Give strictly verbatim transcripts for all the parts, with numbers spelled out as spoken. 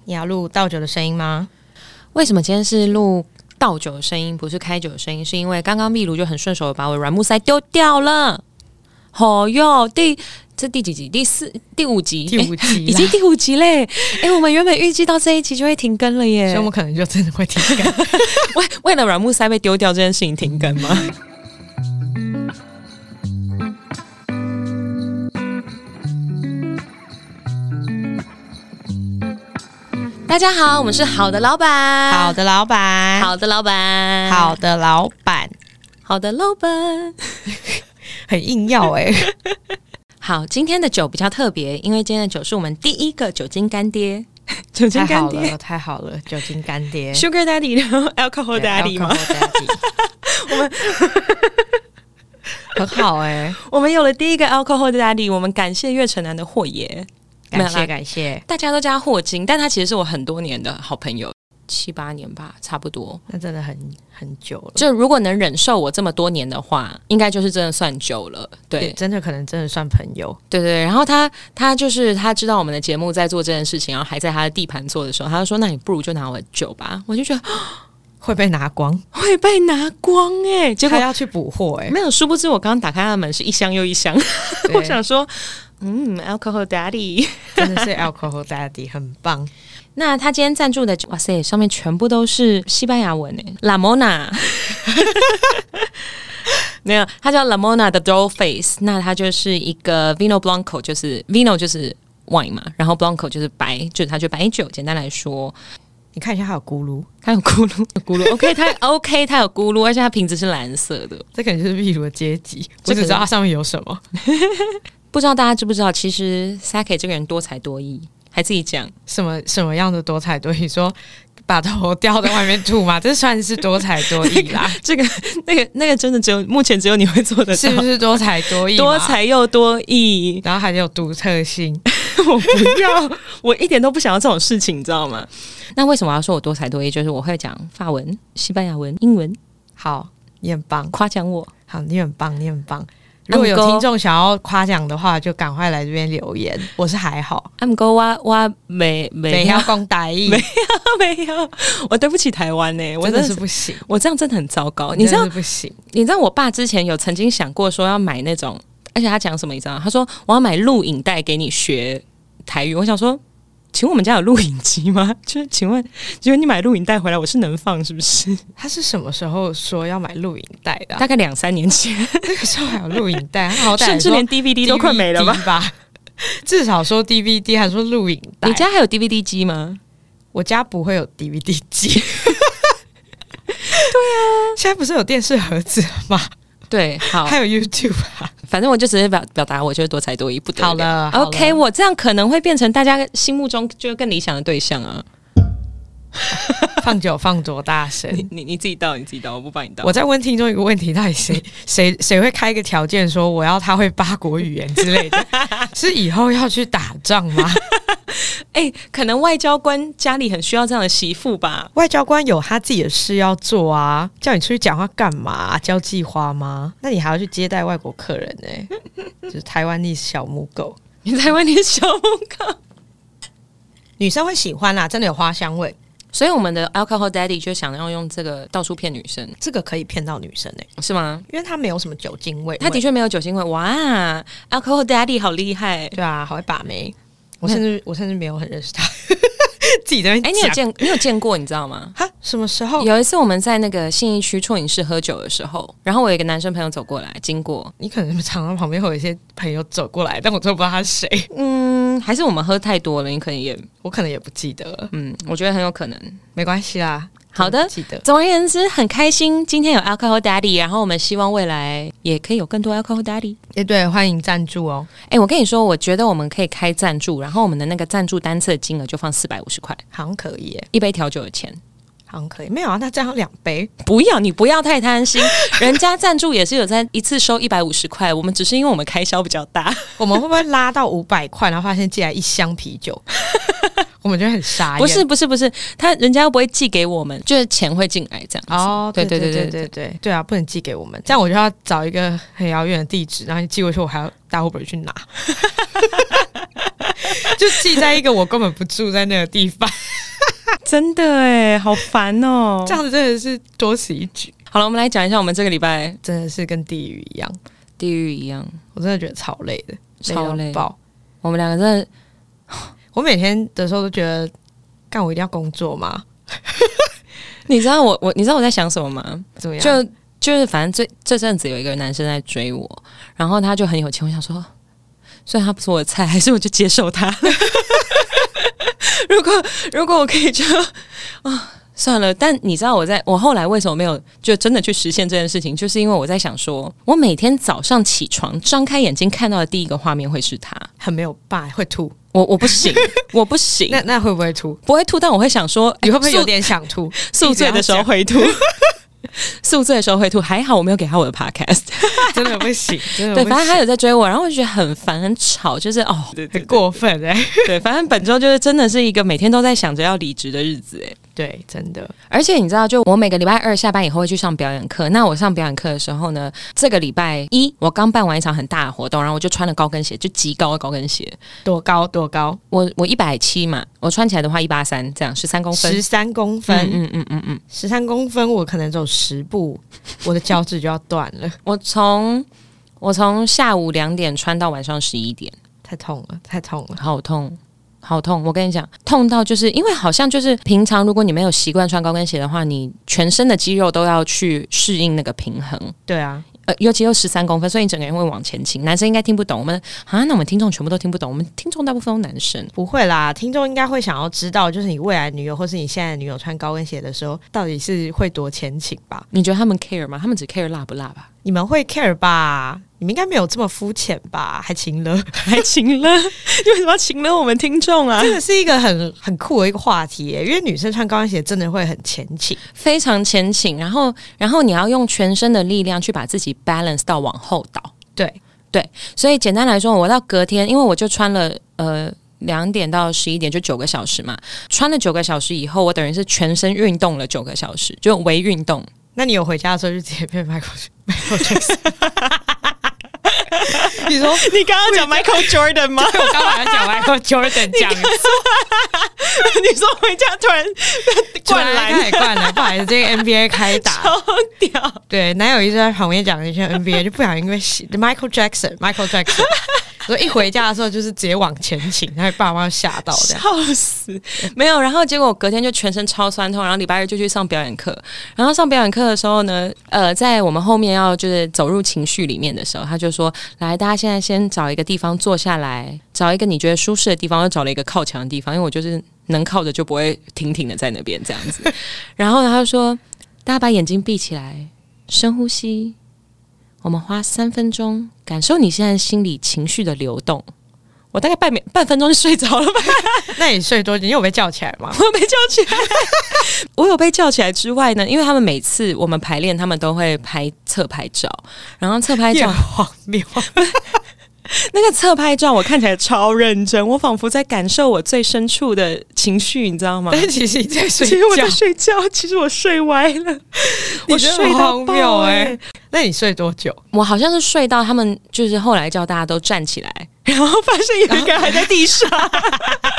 你要录倒酒的声音吗？ 为什么今天是录倒酒的声音，不是开酒的声音？是因为刚刚秘鲁就很顺手的把我软木塞丢掉了。哦哟，第这第几集？第四、第五集？ 第五集、欸、 已经第五集嘞！哎、欸，我们原本预计到这一集就会停更了耶， 所以我们可能就真的会停更。 为为了软木塞被丢掉这件事情停更吗？大家好，我们是好的老板， 好的老板， 好的老板， 好的老板， 好的老板， 很硬要哎、欸。 好，今天的酒比较特别，因为今天的酒是我们第一个酒精干爹，酒精干爹， 太好了，太好了，酒精干爹 ，Sugar Daddy， 然后 Alcohol Daddy 吗？ Alcohol Daddy 我们很好哎、欸， 我们有了第一个 Alcohol Daddy， 我们感谢岳城南的霍爷。 感谢感谢， 大家都叫他霍金，但他其实是我很多年的好朋友，七八年吧，差不多。 那真的很很久了。 就如果能忍受我这么多年的话，应该就是真的算久了。对， 真的可能真的算朋友。 对对。然后他他就是他知道我们的节目在做这件事情，然后还在他的地盘做的时候，他就说：“那你不如就拿我的酒吧。”我就觉得会被拿光， 会被拿光哎、欸！结果他要去补货哎， 没有，殊不知我刚刚打开他的门是一箱又一箱，我想说。嗯 ，Alcohol Daddy 真的是 Alcohol Daddy 很棒。 那他今天赞助的，哇塞，上面全部都是西班牙文诶 ，La Mona 没有，它叫 La Mona 的 Doll Face， 那它就是一个 Vino Blanco， 就是 Vino 就是 wine 嘛，然后 Blanco 就是白，就是它就白酒。简单来说， 你看一下它有咕噜， 它有咕噜，有咕噜 ，OK， 它 OK， 它有咕噜，而且它瓶子是蓝色的， 这可能就是秘鲁的阶级。我只知道它上面有什么。 不知道大家知不知道，其实 Sake 这个人多才多艺，还自己讲什么什么样的多才多艺？说把头掉在外面吐吗？这算是多才多艺啦。 这个那个那个真的只有目前只有你会做得到， 是不是多才多艺？ 多才又多艺， 然后还有独特性。 我不要，我一点都不想要这种事情，你知道吗？那为什么要说我多才多艺？就是我会讲法文、西班牙文、英文。 好，你很棒， 夸奖我。 好，你很棒，你很棒。如果有听众想要夸奖的话，就赶快来这边留言。我是还好， I'm go 我我没没要讲台语， 没有没有，我对不起台湾呢、欸，我真的是不行， 我这样真的很糟糕。你知道不行？ 你知道我爸之前有曾经想过说要买那种，而且他讲什么你知道？他说我要买录影带给你学台语。我想说，请问我们家有录影机吗？就是请问，请问你买录影带回来，我是能放是不是？ 他是什么时候说要买录影带的、啊？ 大概两三年前， 那个时候还有录影带，好歹甚至连 D V D 都快没了吧？至少说 D V D， 还说录影带。 你家还有 D V D 机吗？ 我家不会有 D V D 机。对啊，现在不是有电视盒子吗？ 对，好， 还有 YouTube 啊。 反正我就直接表表达，我就是多才多艺，不得了。 好了 ，OK， 我这样可能会变成大家心目中就更理想的对象啊。 放酒放多大声？ 你你你自己倒，你自己倒，我不帮你倒。 我在问听众一个问题：到底谁谁谁会开一个条件说我要他会八国语言之类的？是以后要去打仗吗？ 哎、欸，可能外交官家里很需要这样的媳妇吧。 外交官有他自己的事要做啊，叫你出去讲话干嘛、啊？交际花吗？那你还要去接待外国客人呢、欸？就是台湾的小母狗， 你台湾的小母狗， 女生会喜欢啦，真的有花香味。 所以我们的 Alcohol Daddy 就想要用这个到处骗女生， 这个可以骗到女生哎、欸， 是吗？ 因为它没有什么酒精味， 它的确没有酒精味。哇 ，Alcohol Daddy 好厉害， 对啊，好会把妹。我甚至我甚至没有很认识他，自己在那边讲。 哎、欸，你有见你有见过你知道吗？ 哈，什么时候？ 有一次我们在那个信义区啜饮室喝酒的时候，然后我有一个男生朋友走过来经过， 你可能常常旁边会有一些朋友走过来，但我真的不知道他是谁。 嗯，还是我们喝太多了，你可能也我可能也不记得了。 嗯，我觉得很有可能， 没关系啦。 好的， 记得。 总而言之，很开心今天有 Alcohol Daddy， 然后我们希望未来也可以有更多 Alcohol Daddy。 哎，对，欢迎赞助哦。 哎，我跟你说，我觉得我们可以开赞助，然后我们的那个赞助单次的金额就放四百五十块， 好像可以耶， 一杯调酒的钱。 好像可以，没有啊？那这样两杯？ 不要，你不要太贪心。人家赞助也是有在一次收一百五十块，我们只是因为我们开销比较大， 我们会不会拉到五百块，然后发现寄来一箱啤酒？我们觉得很傻眼。 不是不是不是，他人家又不会寄给我们，就是钱会进来这样子。 哦，对对对对对对对对啊，不能寄给我们，这样我就要找一个很遥远的地址，然后你寄过去，我还要大 Uber 去拿。 就寄在一个我根本不住在那个地方。 真的哎，好烦哦！ 这样子真的是多此一举。 好了，我们来讲一下我们这个礼拜真的是跟地狱一样， 地狱一样， 我真的觉得超累的， 超累爆。 我们两个真的， 我每天的时候都觉得，干我一定要工作吗？ 你知道我我你知道我在想什么吗？ 怎么样？ 就就是反正这这阵子有一个男生在追我，然后他就很有钱，我想说，虽然他不是我的菜，还是我就接受他。如果如果我可以就啊。算了，但你知道我在我后来为什么没有就真的去实现这件事情，就是因为我在想说，我每天早上起床张开眼睛看到的第一个画面会是他， 很没有办法，会吐。 我我不行，我不行。 那那会不会吐？ 不会吐，但我会想说， 你会不会有点想吐？ 宿醉的时候会吐。宿醉的时候会吐，还好我没有给他我的 podcast， 真的不行，真的不行。 对，反正他有在追我，然后我就觉得很烦、很吵，就是哦， 对对对，很过分哎、欸。 对，反正本周就是真的是一个每天都在想着要离职的日子哎、欸。 对，真的。 而且你知道，就我每个礼拜二下班以后会去上表演课。那我上表演课的时候呢，这个礼拜一我刚办完一场很大的活动，然后我就穿了高跟鞋，就极高的高跟鞋。 多高？多高？ 我我一百七嘛，我穿起来的话一八三，这样十三公分。 十三公分， 嗯嗯嗯嗯， 十三公分，我可能走十步，我的脚趾就要断了。 我从我从下午两点穿到晚上十一点， 太痛了，太痛了， 好痛。好痛！我跟你讲，痛到就是因为好像就是平常如果你没有习惯穿高跟鞋的话，你全身的肌肉都要去适应那个平衡。 对啊， 呃，尤其又十三公分，所以你整个人会往前倾。男生应该听不懂，我们啊，那我们听众全部都听不懂。我们听众大部分都男生， 不会啦。听众应该会想要知道，就是你未来女友或是你现在的女友穿高跟鞋的时候，到底是会多前倾吧？ 你觉得他们 care 吗？他们只 care 辣不辣吧？ 你们会 care 吧？你们应该没有这么肤浅吧？还情了， 还情了？你为什么要情了我们听众啊？ 这个是一个很很酷的一个话题耶，因为女生穿高跟鞋真的会很前倾， 非常前倾，然后然后你要用全身的力量去把自己 balance 到往后倒。 对对，所以简单来说，我到隔天，因为我就穿了呃。两点到十一点就九个小时嘛，穿了九个小时以后，我等于是全身运动了九个小时，就微运动。 那你有回家的时候就直接变 Michael Michael Jackson？ 你说你刚刚讲 Michael Jordan 吗？ 对，我刚刚讲 Michael Jordan 讲一次。 你说回家突然灌篮， 太灌了，不好意思，这个 N B A 开打， 超屌。 对，男友一直在旁边讲一些 N B A， 就不小心因为 Michael Jackson Michael Jackson。所以一回家的时候就是直接往前倾，然后爸妈吓到这样， 笑死！没有，然后结果我隔天就全身超酸痛，然后礼拜二就去上表演课。然后上表演课的时候呢，呃，在我们后面要就是走入情绪里面的时候，他就说：“来，大家现在先找一个地方坐下来，找一个你觉得舒适的地方。”我找了一个靠墙的地方，因为我就是能靠着就不会挺挺的在那边这样子。然后他就说：“大家把眼睛闭起来，深呼吸。”我们花三分钟感受你现在心理情绪的流动。我大概半半分钟就睡着了吧。 那你睡多久？你有被叫起来吗？ 我有被叫起来。我有被叫起来之外呢，因为他们每次我们排练，他们都会拍侧拍照，然后侧拍照荒谬。 那个侧拍照我看起来超认真，我仿佛在感受我最深处的情绪，你知道吗？ 但其实你在睡觉， 其实我在睡觉，其实我睡歪了，我睡到爆哎、欸！ 那你睡多久？ 我好像是睡到他们就是后来叫大家都站起来，然后发现有一个人还在地上，有一个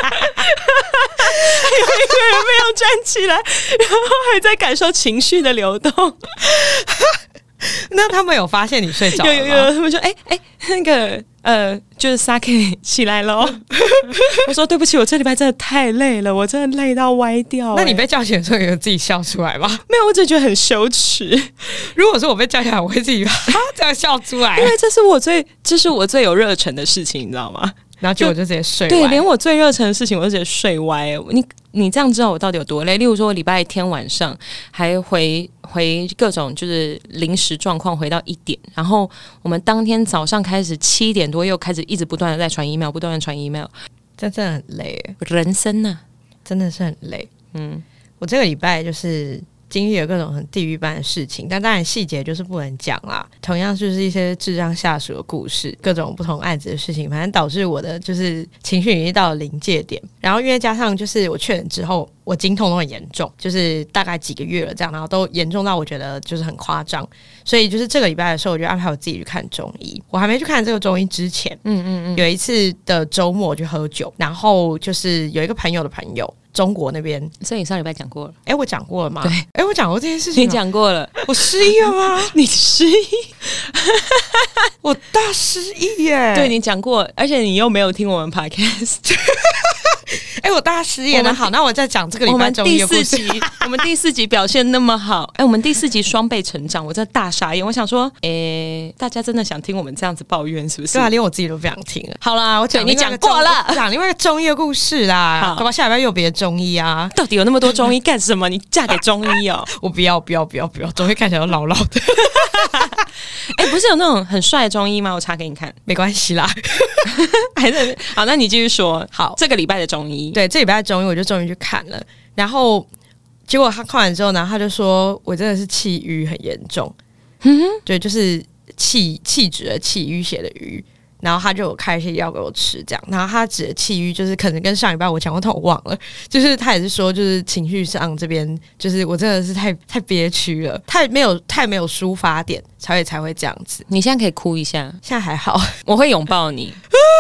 人没有站起来，然后还在感受情绪的流动。 那他们有发现你睡着了吗？ 有有有，他们说：“哎、欸、哎、欸，那个呃，就是 Saki 起来了。”我说：“对不起，我这礼拜真的太累了，我真的累到歪掉、欸。” 那你被叫起来的时候有自己笑出来吗？ 没有，我只觉得很羞耻。 如果说我被叫起来，我会自己这样笑出来， 因为这是我最这是我最有热忱的事情，你知道吗？ 然后结果就直接睡歪， 对，连我最热忱的事情我就直接睡歪。你你这样知道我到底有多累？例如说，我礼拜天晚上还回回各种就是临时状况回到一点，然后我们当天早上开始七点多又开始一直不断的在传 email， 不断的传 email， 这真的很累， 人生啊， 真的是很累。嗯，我这个礼拜就是经历了各种很地狱般的事情，但当然细节就是不能讲啦。同样就是一些智障下属的故事，各种不同案子的事情，反正导致我的就是情绪已经到了临界点。然后因为加上就是我确诊之后，我经痛都很严重，就是大概几个月了这样，然后都严重到我觉得就是很夸张，所以就是这个礼拜的时候，我就安排我自己去看中医。我还没去看这个中医之前，嗯嗯嗯，有一次的周末我去喝酒，然后就是有一个朋友的朋友。中国那边， 所以你上礼拜讲过了。 哎、欸，我讲过了吗？ 对， 哎、欸，我讲过这件事情。 你讲过了， 我失忆了吗？ 你失忆， 我大失忆耶！ 对你讲过，而且你又没有听我们 podcast。 哎、欸，我大失忆了。好，那我再讲这个礼拜中医的故事。 我们第四集，我们第四集表现那么好，哎、欸，我们第四集双倍成长，我真的大傻眼。我想说，哎、欸，大家真的想听我们这样子抱怨是不是？ 对啊，连我自己都不想听了。好啦，我讲你讲过了， 讲另外一个中医的故事啦。好，搞不好下礼拜又有别的中医啊？ 到底有那么多中医干什么？你嫁给中医哦？ 我不要，不要，不要，不要！中医看起来都老老的。 哎、欸，不是有那种很帅的中医吗？我查给你看， 没关系啦。 还是好，那你继续说。 好， 这个礼拜的中医， 对，这礼拜的中医我就终于去看了，然后结果他看完之后呢，他就说我真的是气郁很严重，嗯，对，就是气气质的气，淤血的淤。然后他就有开一些药给我吃，这样。然后他指的气郁，就是可能跟上礼拜我讲过，但我忘了。就是他也是说，就是情绪上这边，就是我真的是太太憋屈了，太没有太没有抒发点，才会才会这样子。 你现在可以哭一下， 现在还好， 我会拥抱你，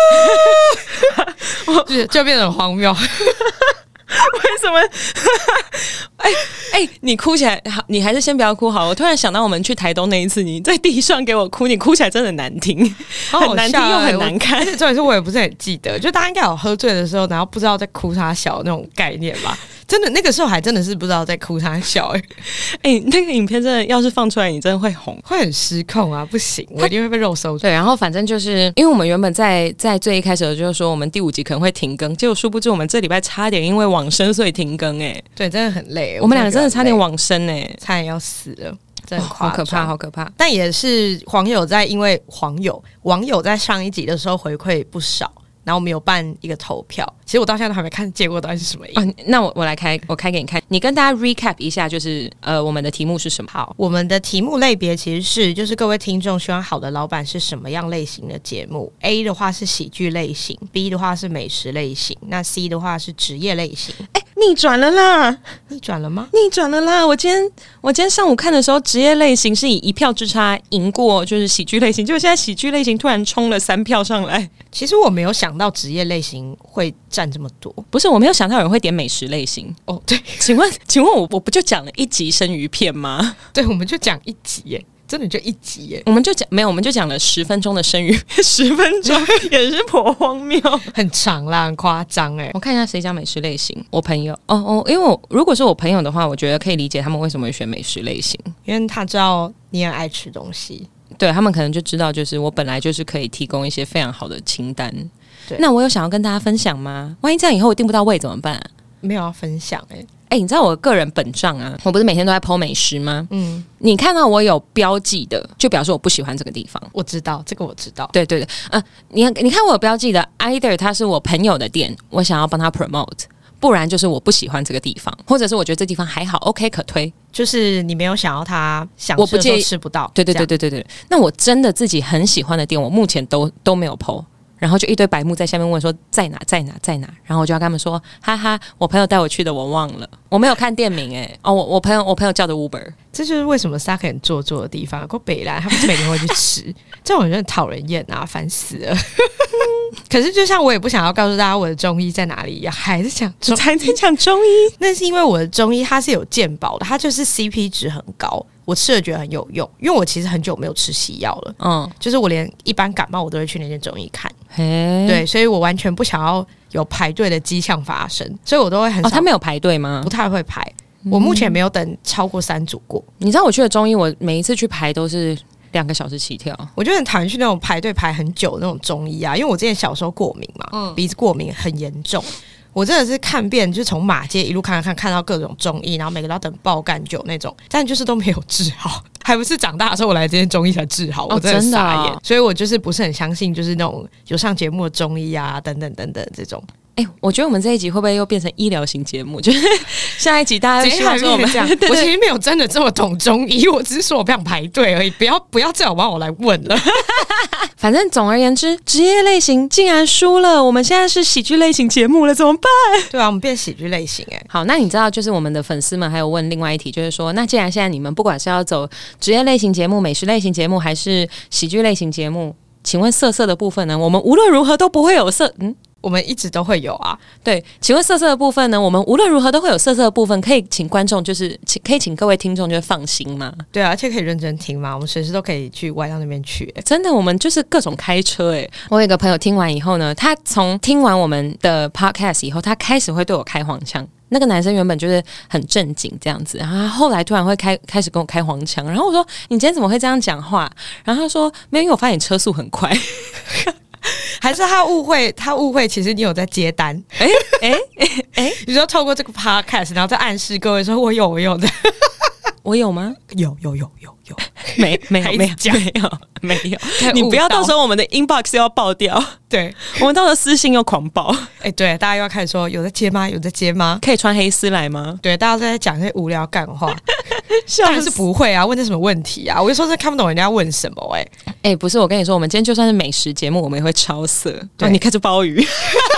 就就变得很荒谬。 为什么？哎哎、欸，你哭起来，你还是先不要哭好了。我突然想到，我们去台东那一次，你在地上给我哭，你哭起来真的难听， 好好很难听又很难看。 而且重点是我也不是很记得，就大家应该有喝醉的时候，然后不知道在哭啥小那种概念吧。真的那个时候还真的是不知道在哭啥笑。哎、 欸欸、那个影片真的要是放出来，你真的会红， 会很失控啊！不行，我一定会被肉搜。 对，然后反正就是因为我们原本在在最一开始的就是说我们第五集可能会停更，结果殊不知我们这礼拜差点因为往生所以停更。哎、欸， 对，真的很累。 我们两个真的差点往生。哎、欸， 差点要死了，真的很夸张、 哦、好可怕，好可怕。 但也是网友在，因为网友网友在上一集的时候回馈不少，然后我们有办一个投票。其实我到现在都还没看结果到底是什么样、 哦、那我我来开，我开给你看。你跟大家 recap 一下，就是呃，我们的题目是什么？ 好，我们的题目类别其实是，就是各位听众希望好的老板是什么样类型的节目 ？A 的话是喜剧类型 ，B 的话是美食类型，那 C 的话是职业类型。 哎、欸，逆转了啦！ 逆转了吗？ 逆转了啦！我今天我今天上午看的时候，职业类型是以一票之差赢过，就是喜剧类型。结果现在喜剧类型突然冲了三票上来。 其实我没有想到职业类型会占这么多。 不是，我没有想到有人会点美食类型。 哦，对， 请问，请问我我不就讲了一集生鱼片吗？ 对，我们就讲一集耶。真的就一集耶， 我们就讲没有，我们就讲了十分钟的生鱼，十分钟也是颇荒谬， 很长啦，很夸张哎。 我看一下谁讲美食类型，我朋友哦哦，因为我如果是我朋友的话，我觉得可以理解他们为什么会选美食类型， 因为他知道你很爱吃东西， 对他们可能就知道，就是我本来就是可以提供一些非常好的清单。那我有想要跟大家分享吗？万一这样以后我订不到位怎么办、啊？ 没有要分享哎、欸。 哎、欸，你知道我个人本账啊，我不是每天都在 po 美食吗？嗯，你看到我有标记的，就表示我不喜欢这个地方。 我知道这个，我知道。 对对对，呃，你你看我有标记的 ，either 它是我朋友的店，我想要帮他 promote， 不然就是我不喜欢这个地方，或者是我觉得这地方还好 ，OK 可推。 就是你没有想要他想吃的时候吃不到。 对对对对对对。那我真的自己很喜欢的店，我目前都都没有 po。然后就一堆白目在下面问说在哪在哪在哪，然后我就要跟他们说哈哈，我朋友带我去的，我忘了，我没有看店名哎、欸，哦，我我朋友我朋友叫的 Uber， 这就是为什么 Saka 很做作的地方。够北兰，他不是每天会去吃，这种人真的讨人厌啊，烦死了。可是就像我也不想要告诉大家我的中医在哪里一样，还是讲中医， 还在讲中医， 那是因为我的中医它是有健保的，它就是 C P 值很高。我吃了觉得很有用，因为我其实很久没有吃西药了，嗯，就是我连一般感冒我都会去那间中医看，对，所以我完全不想要有排队的迹象发生，所以我都会很少。 哦，他没有排队吗？ 不太会排，我目前没有等超过三组过。 你知道我去的中医，我每一次去排都是两个小时起跳， 我就很讨厌去那种排队排很久的那种中医啊，因为我之前小时候过敏嘛，嗯，鼻子过敏很严重。我真的是看遍，就从马街一路看看看看到各种中医，然后每个都要等爆干久那种，但就是都没有治好，还不是长大的时候我来这间中医才治好，我真的傻眼、哦哦、所以我就是不是很相信就是那种有上节目的中医啊等等等等这种。 哎、欸，我觉得我们这一集会不会又变成医疗型节目？就是下一集大家会希望说我们这样，我其实没有真的这么懂中医，我只是说我不想排队而已，不要不要这样帮我来问了。 反正总而言之，职业类型竟然输了，我们现在是喜剧类型节目了，怎么办？ 对啊，我们变喜剧类型哎、欸。 好，那你知道，就是我们的粉丝们还有问另外一题，就是说，那既然现在你们不管是要走职业类型节目、美食类型节目，还是喜剧类型节目，请问色色的部分呢？我们无论如何都不会有色，嗯。 我们一直都会有啊， 对，请问色色的部分呢？我们无论如何都会有色色的部分，可以请观众就是请可以请各位听众就放心吗？ 对啊，而且可以认真听嘛，我们随时都可以去歪到那边去、欸。 真的，我们就是各种开车哎、欸。我有一个朋友听完以后呢，他从听完我们的 podcast 以后，他开始会对我开黄腔。那个男生原本就是很正经这样子，然后他后来突然会开开始跟我开黄腔，然后我说你今天怎么会这样讲话？然后他说没有，因为我发现你车速很快。 还是他误会，他误会，其实你有在接单。哎哎哎，你说透过这个 podcast， 然后再暗示各位说我有我有的， 我有吗？ 有有有有有， 没没有没有没有没有，你不要到时候我们的 inbox 又要爆掉，对我们到时候私信又狂爆。 哎、欸，对，大家又要开始说有在接吗？有在接吗？ 可以穿黑丝来吗？ 对，大家都在讲那些无聊干话。当然是不会啊，问这什么问题啊？我就说这看不懂人家问什么哎、欸、 哎、欸，不是，我跟你说，我们今天就算是美食节目，我们也会超色。对、哦，你看这鲍鱼，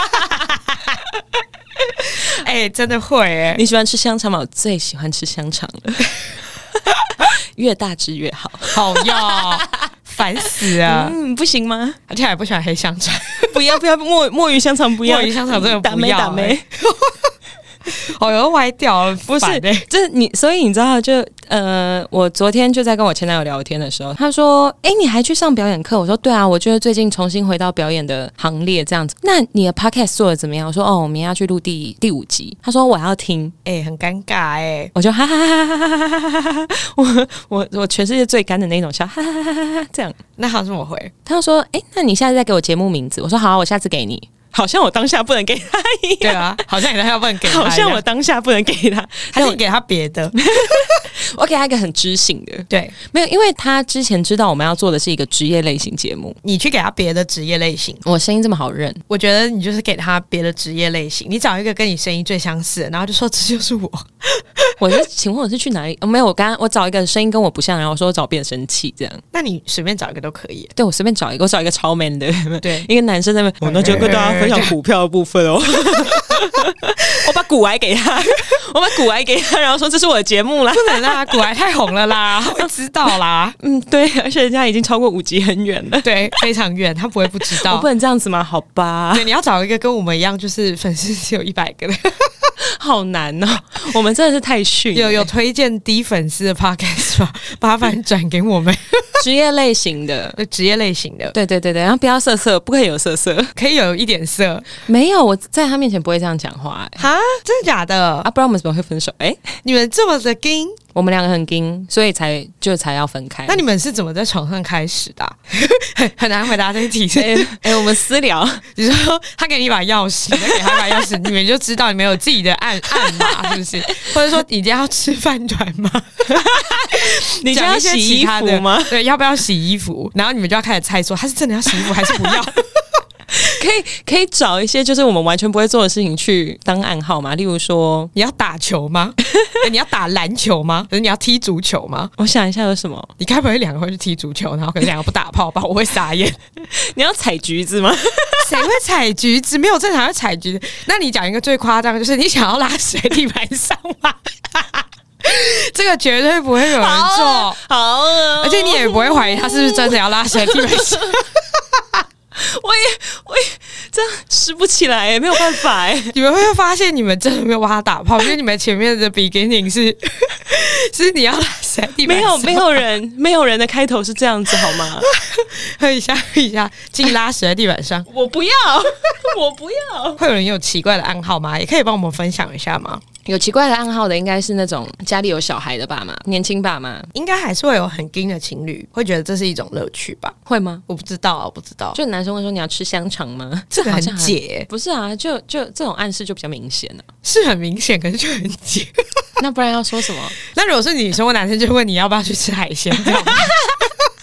哎、欸，真的会哎、欸！ 你喜欢吃香肠吗？我最喜欢吃香肠了，越大只越好。 好呀，烦死啊！ 嗯，不行吗？ 而且还不喜欢黑香肠， 不要不要墨墨鱼香肠不要， 墨鱼香肠真的不要、欸， 打没打没。 哦，有歪掉了， 不是，这你，所以你知道，就呃，我昨天就在跟我前男友聊天的时候，他说：“哎、欸，你还去上表演课？”我说：“对啊，我觉得最近重新回到表演的行列，这样子。那你的 podcast 做的怎么样？”我说：“哦，我明天要去录第第五集。”他说：“我要听。” 哎、欸，很尴尬哎、欸， 我就哈哈哈哈哈哈哈哈哈，我我我全世界最干的那种笑，哈哈哈哈哈这样。 那他怎么回？ 他就说：“哎、欸，那你下次再给我节目名字。”我说：“好、啊，我下次给你。”好像我当下不能给他一样， 对啊，好像你当下不能给他， 好像我当下不能给他， 还是你给他别的？ 我给他一个很知性的， 对， 没有，因为他之前知道我们要做的是一个职业类型节目， 你去给他别的职业类型， 我声音这么好认， 我觉得你就是给他别的职业类型，你找一个跟你声音最相似的，然后就说这就是我。 我是，请问我是去哪里？哦、没有，我刚刚我找一个声音跟我不像，然后我说我找变声器这样。 那你随便找一个都可以。 对，我随便找一个，我找一个超 man 的， 对， 一个男生在那边。哦，那就跟大家分享股票的部分哦。我把股癌给他，我把股癌给他，然后说这是我的节目啦。 不能啦，股癌太红了啦，他会知道啦。 嗯，对，而且人家已经超过五级很远了， 对，非常远，他不会不知道。 我不能这样子吗？好吧， 对，你要找一个跟我们一样，就是粉丝只有一百个的。 好难哦，我们真的是太逊。 有有推荐低粉丝的 podcast 吗？麻烦转给我们。 职业类型的， 职业类型的， 对对对对，然后不要色色，不可以有色色， 可以有一点色。 没有，我在他面前不会这样讲话、欸。 哈，真的假的？ 啊，不然我们怎么会分手？哎、欸， 你们这么的硬， 我们两个很硬，所以才就才要分开。 那你们是怎么在床上开始的、啊？很难回答这个题。 哎、欸欸，我们私聊， 你说他给你一把钥匙，再给他一把钥匙，你们就知道你们有自己的暗暗码，是不是？或者说你今天要吃饭团吗？ 你今天要洗衣服吗？ 对，要不要洗衣服？然后你们就要开始猜说他是真的要洗衣服还是不要。 可以可以找一些就是我们完全不会做的事情去当暗号嘛，例如说你要打球吗？你要打篮球吗？可是你要踢足球吗？ 我想一下有什么？ 你该不会两个会去踢足球，然后可能两个不打炮吧？我会傻眼。 你要采橘子吗？ 谁会采橘子？没有正常会采橘子。那你讲一个最夸张，就是你想要拉屎在地板上吗？这个绝对不会有人做， 好恶， 而且你也不会怀疑他是不是真的要拉屎在地板上。 我也我也这样拾不起来，没有办法哎。 你们会发现你们真的没有帮他打炮，因为你们前面的 beginning 是是你要拉屎在地板上， 没有没有人没有人的开头是这样子好吗？ 喝一下喝一下，进拉屎在地板上， 我不要，我不要。 会有人有奇怪的暗号吗？也可以帮我们分享一下吗？ 有奇怪的暗号的应该是那种家里有小孩的爸妈，年轻爸妈， 应该还是会有很硬的情侣会觉得这是一种乐趣吧？ 会吗？ 我不知道啊，我不知道。 就男生会说你要吃香肠吗？ 这个很解， 不是啊？就就这种暗示就比较明显了、啊， 是很明显，可是就很解。 那不然要说什么？ 那如果是女生或男生，就问你要不要去吃海鲜，这样吗？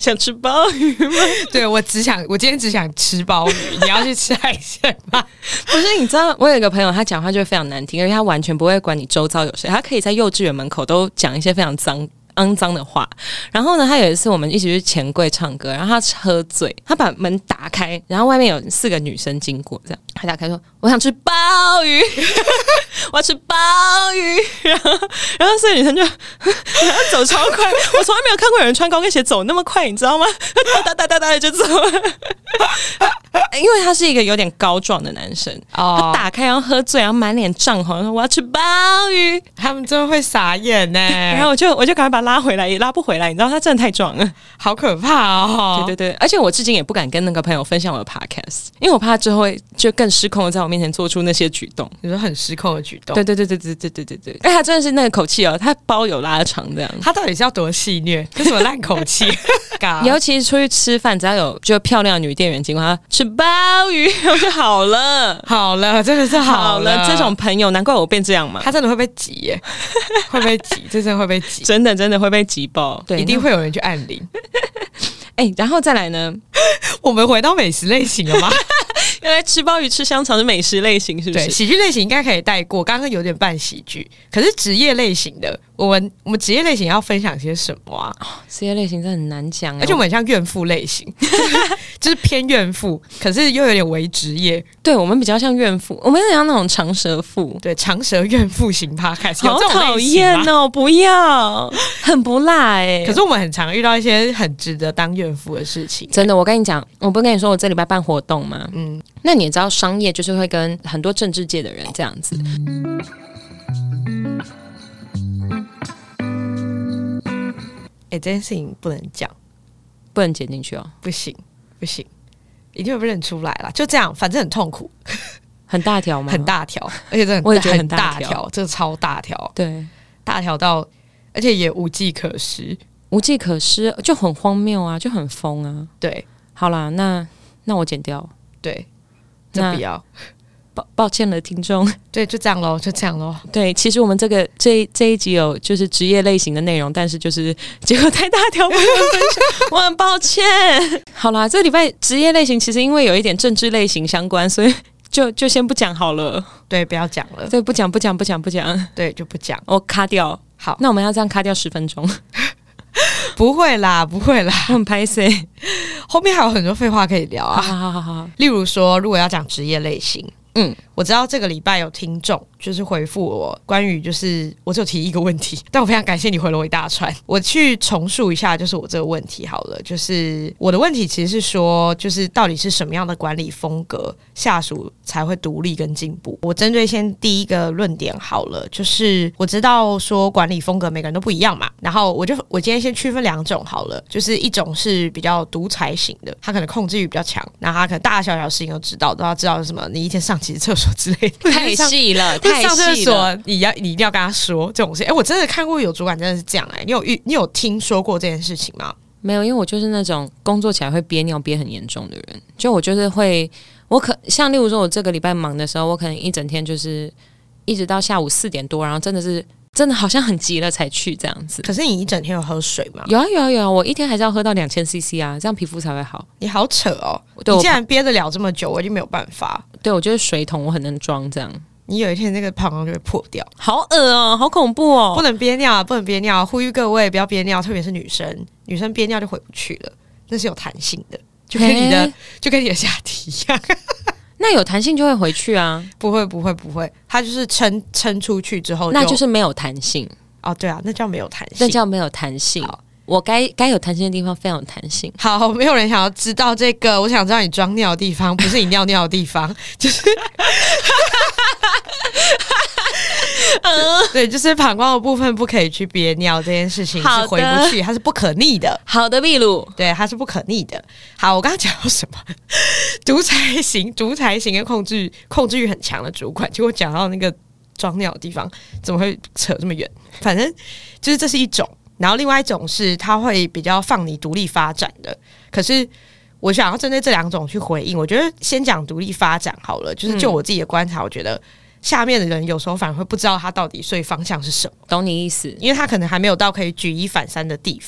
想吃鲍鱼吗？ 对，我只想，我今天只想吃鲍鱼，你要去吃海鲜吗？ 不是，你知道我有一个朋友，他讲话就非常难听，因为他完全不会管你周遭有谁，他可以在幼稚园门口都讲一些非常脏肮脏的话。然后呢，他有一次我们一起去钱柜唱歌，然后他喝醉，他把门打开，然后外面有四个女生经过，这样他打开说：“我想吃鲍鱼，我要吃鲍鱼。”然后，然后四个女生就然后走超快，我从来没有看过有人穿高跟鞋走那么快，你知道吗？哒哒哒哒哒就走了。因为他是一个有点高壮的男生，哦、他打开然后喝醉，然后满脸涨红，说我要吃鲍鱼， 他们真的会傻眼呢。 然后我就我就赶快把他拉回来，也拉不回来，你知道他真的太壮了， 好可怕哦！ 对对对，而且我至今也不敢跟那个朋友分享我的 podcast， 因为我怕他之后会就更失控的在我面前做出那些举动， 你说很失控的举动。 对对对对对对对对对，哎，他真的是那个口气哦，他包有拉长这样， 他到底是要多戏谑？这什么烂口气？ 尤其是出去吃饭，只要有就漂亮的女店员经过，他吃鲍鱼，我就好了， 好了，真的是好 了, 好了。这种朋友，难怪我变这样嘛。 他真的会被挤耶，会被挤，这真的会被挤， 真的真的会被挤爆， 对，一定会有人去按铃。 哎、欸，然后再来呢？ 我们回到美食类型了吗？ 原来吃鲍鱼吃香肠是美食类型，是不是？ 对，喜剧类型应该可以带过，刚刚有点半喜剧。可是职业类型的，我们我们职业类型要分享些什么啊？ 职业类型真的很难讲， 而且我们很像怨妇类型，就是偏怨妇，可是又有点为职业。 对，我们比较像怨妇，我们很像那种长舌妇， 对，长舌怨妇型 podcast， 好讨厌哦！不要，很不辣哎、欸。 可是我们很常遇到一些很值得当怨妇的事情。 真的，我跟你讲，我不是跟你说我这礼拜办活动吗？嗯。那你也知道，商业就是会跟很多政治界的人这样子。 哎、欸，这件事情不能讲， 不能剪进去哦， 不行，不行，一定会被认出来啦。就这样，反正很痛苦， 很大条吗？ 很大条，而且真的很我也觉得很大条， 这个超大条， 对， 大条到，而且也无计可施， 无计可施，就很荒谬啊，就很疯啊。 对， 好啦，那那我剪掉， 对。这不要， 抱抱歉了，听众。 对，就这样咯，就这样咯。 对，其实我们这个这这一集有就是职业类型的内容，但是就是结果太大条，不能分享，我很抱歉。好啦，这礼拜职业类型其实因为有一点政治类型相关，所以就就先不讲好了。 对，不要讲了。 对，不讲不讲不讲不讲。 对，就不讲。 我卡掉。 好， 那我们要这样卡掉十分钟。 不会啦，不会啦， 我很拍摄， 后面还有很多废话可以聊啊。 好好好好， 例如说，如果要讲职业类型， 嗯， 我知道这个礼拜有听众就是回复我关于就是我只有提一个问题，但我非常感谢你回了我一大串。我去重述一下，就是我这个问题好了，就是我的问题其实是说，就是到底是什么样的管理风格下属才会独立跟进步。我针对先第一个论点好了，就是我知道说管理风格每个人都不一样嘛，然后我就我今天先区分两种好了，就是一种是比较独裁型的，他可能控制欲比较强，然后他可能大大小小事情都知道，都要知道什么你一天上几次厕所之类的， 太细了，太上厕细了， 所你要你一定要跟他说这种事。哎、欸，我真的看过有主管真的是这样哎、欸，你有遇你有听说过这件事情吗？ 没有，因为我就是那种工作起来会憋尿憋很严重的人，就我就是会，我可像例如说，我这个礼拜忙的时候，我可能一整天就是一直到下午四点多，然后真的是真的好像很急了才去这样子。 可是你一整天有喝水吗？ 有啊有啊有啊，我一天还是要喝到两千 C C 啊，这样皮肤才会好。 你好扯哦！ 对， 你竟然憋得了这么久，我已经没有办法。 对，我觉得水桶我很能装这样。 你有一天那个膀胱就会破掉， 好恶哦，好恐怖哦！ 不能憋尿啊，不能憋尿！呼吁各位不要憋尿，特别是女生，女生憋尿就回不去了，那是有弹性的，就跟你的就跟你的下体一样。 那有弹性就会回去啊？ 不会不会不会，它就是撑撑出去之后就， 那就是没有弹性哦。对啊，那叫没有弹性， 那叫没有弹性。我该该有弹性的地方非常有弹性。 好，没有人想要知道这个，我想知道你装尿的地方，不是你尿尿的地方，就是。对，就是膀胱的部分不可以去憋尿，这件事情是回不去，它是不可逆的。 好的，秘鲁， 对，它是不可逆的。好，我刚刚讲到什么？独裁型、独裁型跟控制控制欲很强的主管，结果讲到那个装尿的地方，怎么会扯这么远？反正就是这是一种，然后另外一种是他会比较放你独立发展的。可是我想要针对这两种去回应，我觉得先讲独立发展好了。就是就我自己的观察，我觉得。下面的人有时候反而会不知道他到底睡方向是什么， 懂你意思， 因为他可能还没有到可以举一反三的地方，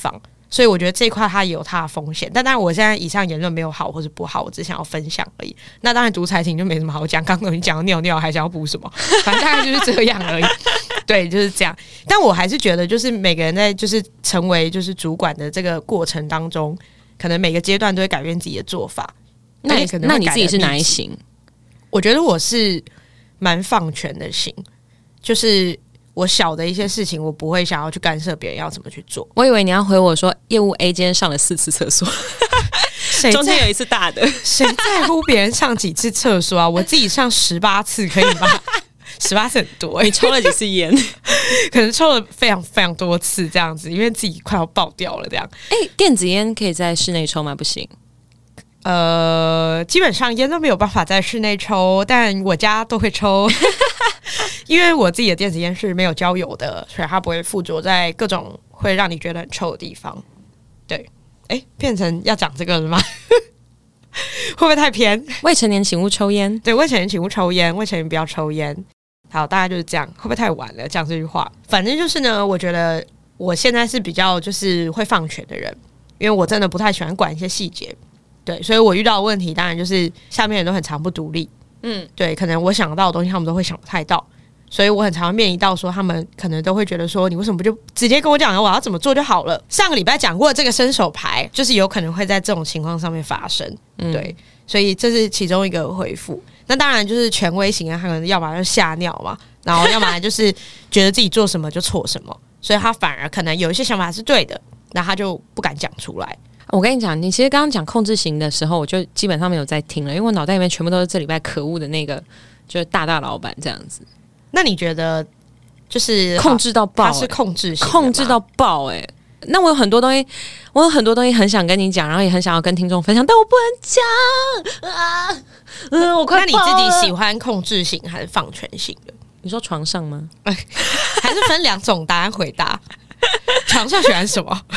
所以我觉得这一块它也有它的风险。但当然我现在以上言论没有好或是不好，我只想要分享而已。那当然独裁庭就没什么好讲，刚刚你讲到尿尿还想要补什么，反正大概就是这样而已。对，就是这样。但我还是觉得就是每个人在就是成为就是主管的这个过程当中，可能每个阶段都会改变自己的做法。 那你可能那你自己是哪一型？ 我觉得我是蛮放权的型，就是我小的一些事情，我不会想要去干涉别人要怎么去做。 我以为你要回我说，业务 A 今天上了四次厕所，中间有一次大的， 谁在乎别人上几次厕所啊？我自己上十八次可以吗？十八次很多、欸， 你抽了几次烟？ 可能抽了非常非常多次这样子，因为自己快要爆掉了这样。 哎、欸，电子烟可以在室内抽吗？不行。 呃，基本上烟都没有办法在室内抽，但我家都会抽，因为我自己的电子烟是没有焦油的，所以它不会附着在各种会让你觉得很臭的地方。对，哎，变成要讲这个了吗？会不会太偏？ 未成年请勿抽烟。 对，未成年请勿抽烟，未成年不要抽烟。好，大概就是这样。会不会太晚了讲这句话？反正就是呢，我觉得我现在是比较就是会放权的人，因为我真的不太喜欢管一些细节。对，所以我遇到的问题当然就是下面人都很常不独立，嗯，对，可能我想到的东西他们都会想不太到，所以我很常面临到说他们可能都会觉得说你为什么不就直接跟我讲我要怎么做就好了。上个礼拜讲过的这个伸手牌就是有可能会在这种情况上面发生，嗯、对，所以这是其中一个回复。那当然就是权威型的，他可能要么就吓尿嘛，然后要么就是觉得自己做什么就错什么，所以他反而可能有一些想法是对的，那他就不敢讲出来。 我跟你讲，你其实刚刚讲控制型的时候，我就基本上没有在听了，因为我脑袋里面全部都是这礼拜可恶的那个，就是大大老板这样子。 那你觉得就是控制到爆、欸？ 他是控制型的， 控制到爆哎、欸！那我有很多东西，我有很多东西很想跟你讲，然后也很想要跟听众分享，但我不能讲啊！嗯，我快爆了。 那你自己喜欢控制型还是放权型的？ 你说床上吗？ 还是分两种答案回答？床上喜欢什么？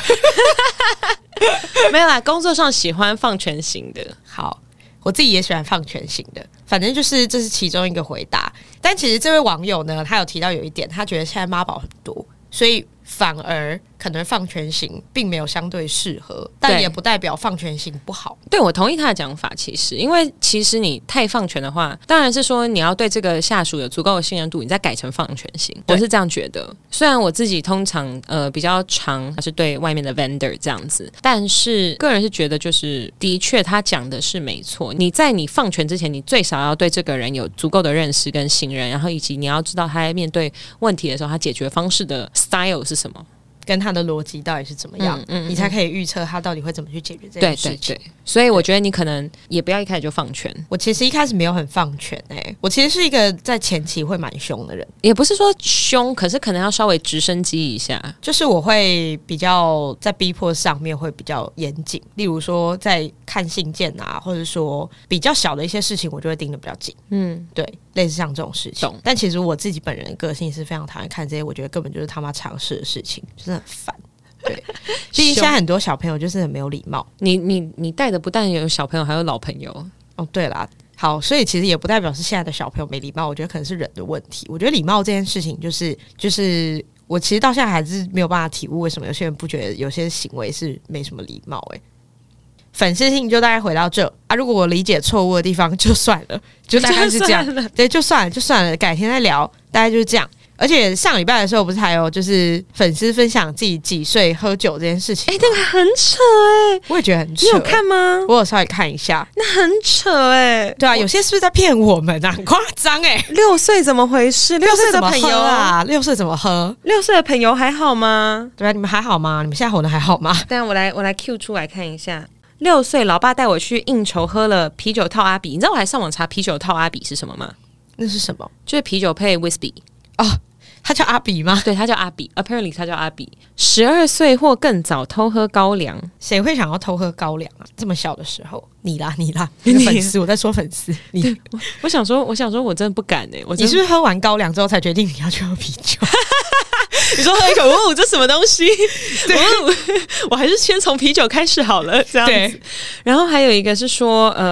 没有啦，工作上喜欢放权型的。 好，我自己也喜欢放权型的，反正就是这是其中一个回答。但其实这位网友呢，他有提到有一点，他觉得现在妈宝很多，所以反而可能放权型并没有相对适合，但也不代表放权型不好。 对，我同意他的讲法。其实，因为其实你太放权的话，当然是说你要对这个下属有足够的信任度，你再改成放权型。我是这样觉得。虽然我自己通常呃比较常是对外面的 vendor 这样子，但是个人是觉得就是的确他讲的是没错。你在你放权之前，你最少要对这个人有足够的认识跟信任，然后以及你要知道他在面对问题的时候，他解决方式的 style 是什么。 跟他的逻辑到底是怎么样，嗯嗯嗯、你才可以预测他到底会怎么去解决这件事情。 对对对，所以我觉得你可能也不要一开始就放权。 我其实一开始没有很放权哎、欸，我其实是一个在前期会蛮凶的人， 也不是说凶，可是可能要稍微直升机一下。 就是我会比较在逼迫上面会比较严谨，例如说在看信件啊，或者说比较小的一些事情，我就会盯得比较紧。嗯，对，类似像这种事情。但其实我自己本人的个性是非常讨厌看这些，我觉得根本就是他妈常识的事情，真的很烦。对，毕竟现在很多小朋友就是很没有礼貌。 你你你带的不但有小朋友，还有老朋友。 哦，对啦，好，所以其实也不代表是现在的小朋友没礼貌，我觉得可能是人的问题。我觉得礼貌这件事情，就是就是我其实到现在还是没有办法体悟为什么有些人不觉得有些行为是没什么礼貌、欸。哎，粉丝信就大概回到这啊，如果我理解错误的地方就算了，就大概是这样。对，就算了，就算了，改天再聊，大概就是这样。而且上礼拜的时候，不是还有就是粉丝分享自己几岁喝酒这件事情？ 哎、欸，那个很扯哎、欸， 我也觉得很扯、欸。 你有看吗？ 我有稍微看一下， 那很扯哎、欸。 对啊，有些是不是在骗我们啊？很夸张哎！ 六岁怎么回事？六岁的朋友啊，六岁怎么喝？ 六岁的朋友还好吗？ 对啊，你们还好吗？你们现在活得还好吗？ 等一下我来我来 Q 出来看一下。六岁，老爸带我去应酬，喝了啤酒套阿比。你知道我还上网查啤酒套阿比是什么吗？ 那是什么？ 就是啤酒配 whisky 哦。他叫阿比吗？ 对，他叫阿比 ，apparently 他叫阿比。十二岁或更早偷喝高粱， 谁会想要偷喝高粱啊？这么小的时候，你啦，你啦，你的粉丝，我在说粉丝。你我，我想说，我想说，我真的不敢哎、欸。我你是不是喝完高粱之后才决定你要去喝啤酒？ 你说喝一口，哦，这什么东西？对，我还是先从啤酒开始好了，这样子。然后还有一个是说，呃，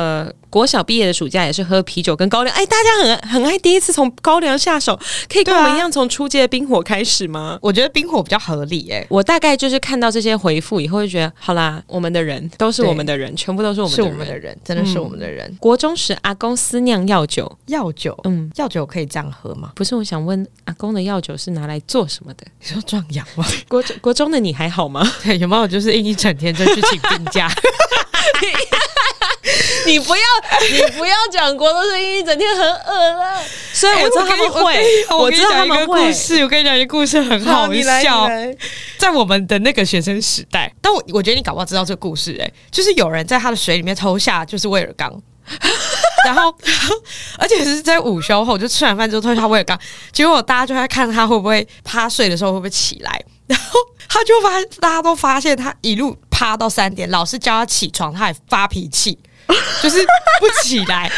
国小毕业的暑假也是喝啤酒跟高粱。哎，大家很很爱第一次从高粱下手，可以跟我们一样从初阶的冰火开始吗？ 我觉得冰火比较合理哎、欸。 我大概就是看到这些回复以后，就觉得好啦，我们的人都是我们的人，全部都是我们的人， 是我们的人，真的是我们的人。 嗯、国中时阿公私酿药酒， 药酒， 嗯， 药酒可以这样喝吗？ 不是，我想问阿公的药酒是拿来做什么的？ 你说壮阳吗？ 国国中的你还好吗？ 对，有没有就是一整天就去请病假？ 你不要，你不要讲国中生一整天很恶了。虽然我知道他们会， 欸、我, 我知道他们会。 故事，我跟你讲一个故事，很好笑。在我们的那个学生时代，但我我觉得你搞不好知道这个故事、欸，哎，就是有人在他的水里面偷下就是威尔刚。然后，而且是在午休后，就吃完饭之后偷下威尔刚，结果大家就在看他会不会趴睡的时候会不会起来，然后他就发，大家都发现他一路趴到三点，老师叫他起床，他还发脾气，就是不起来，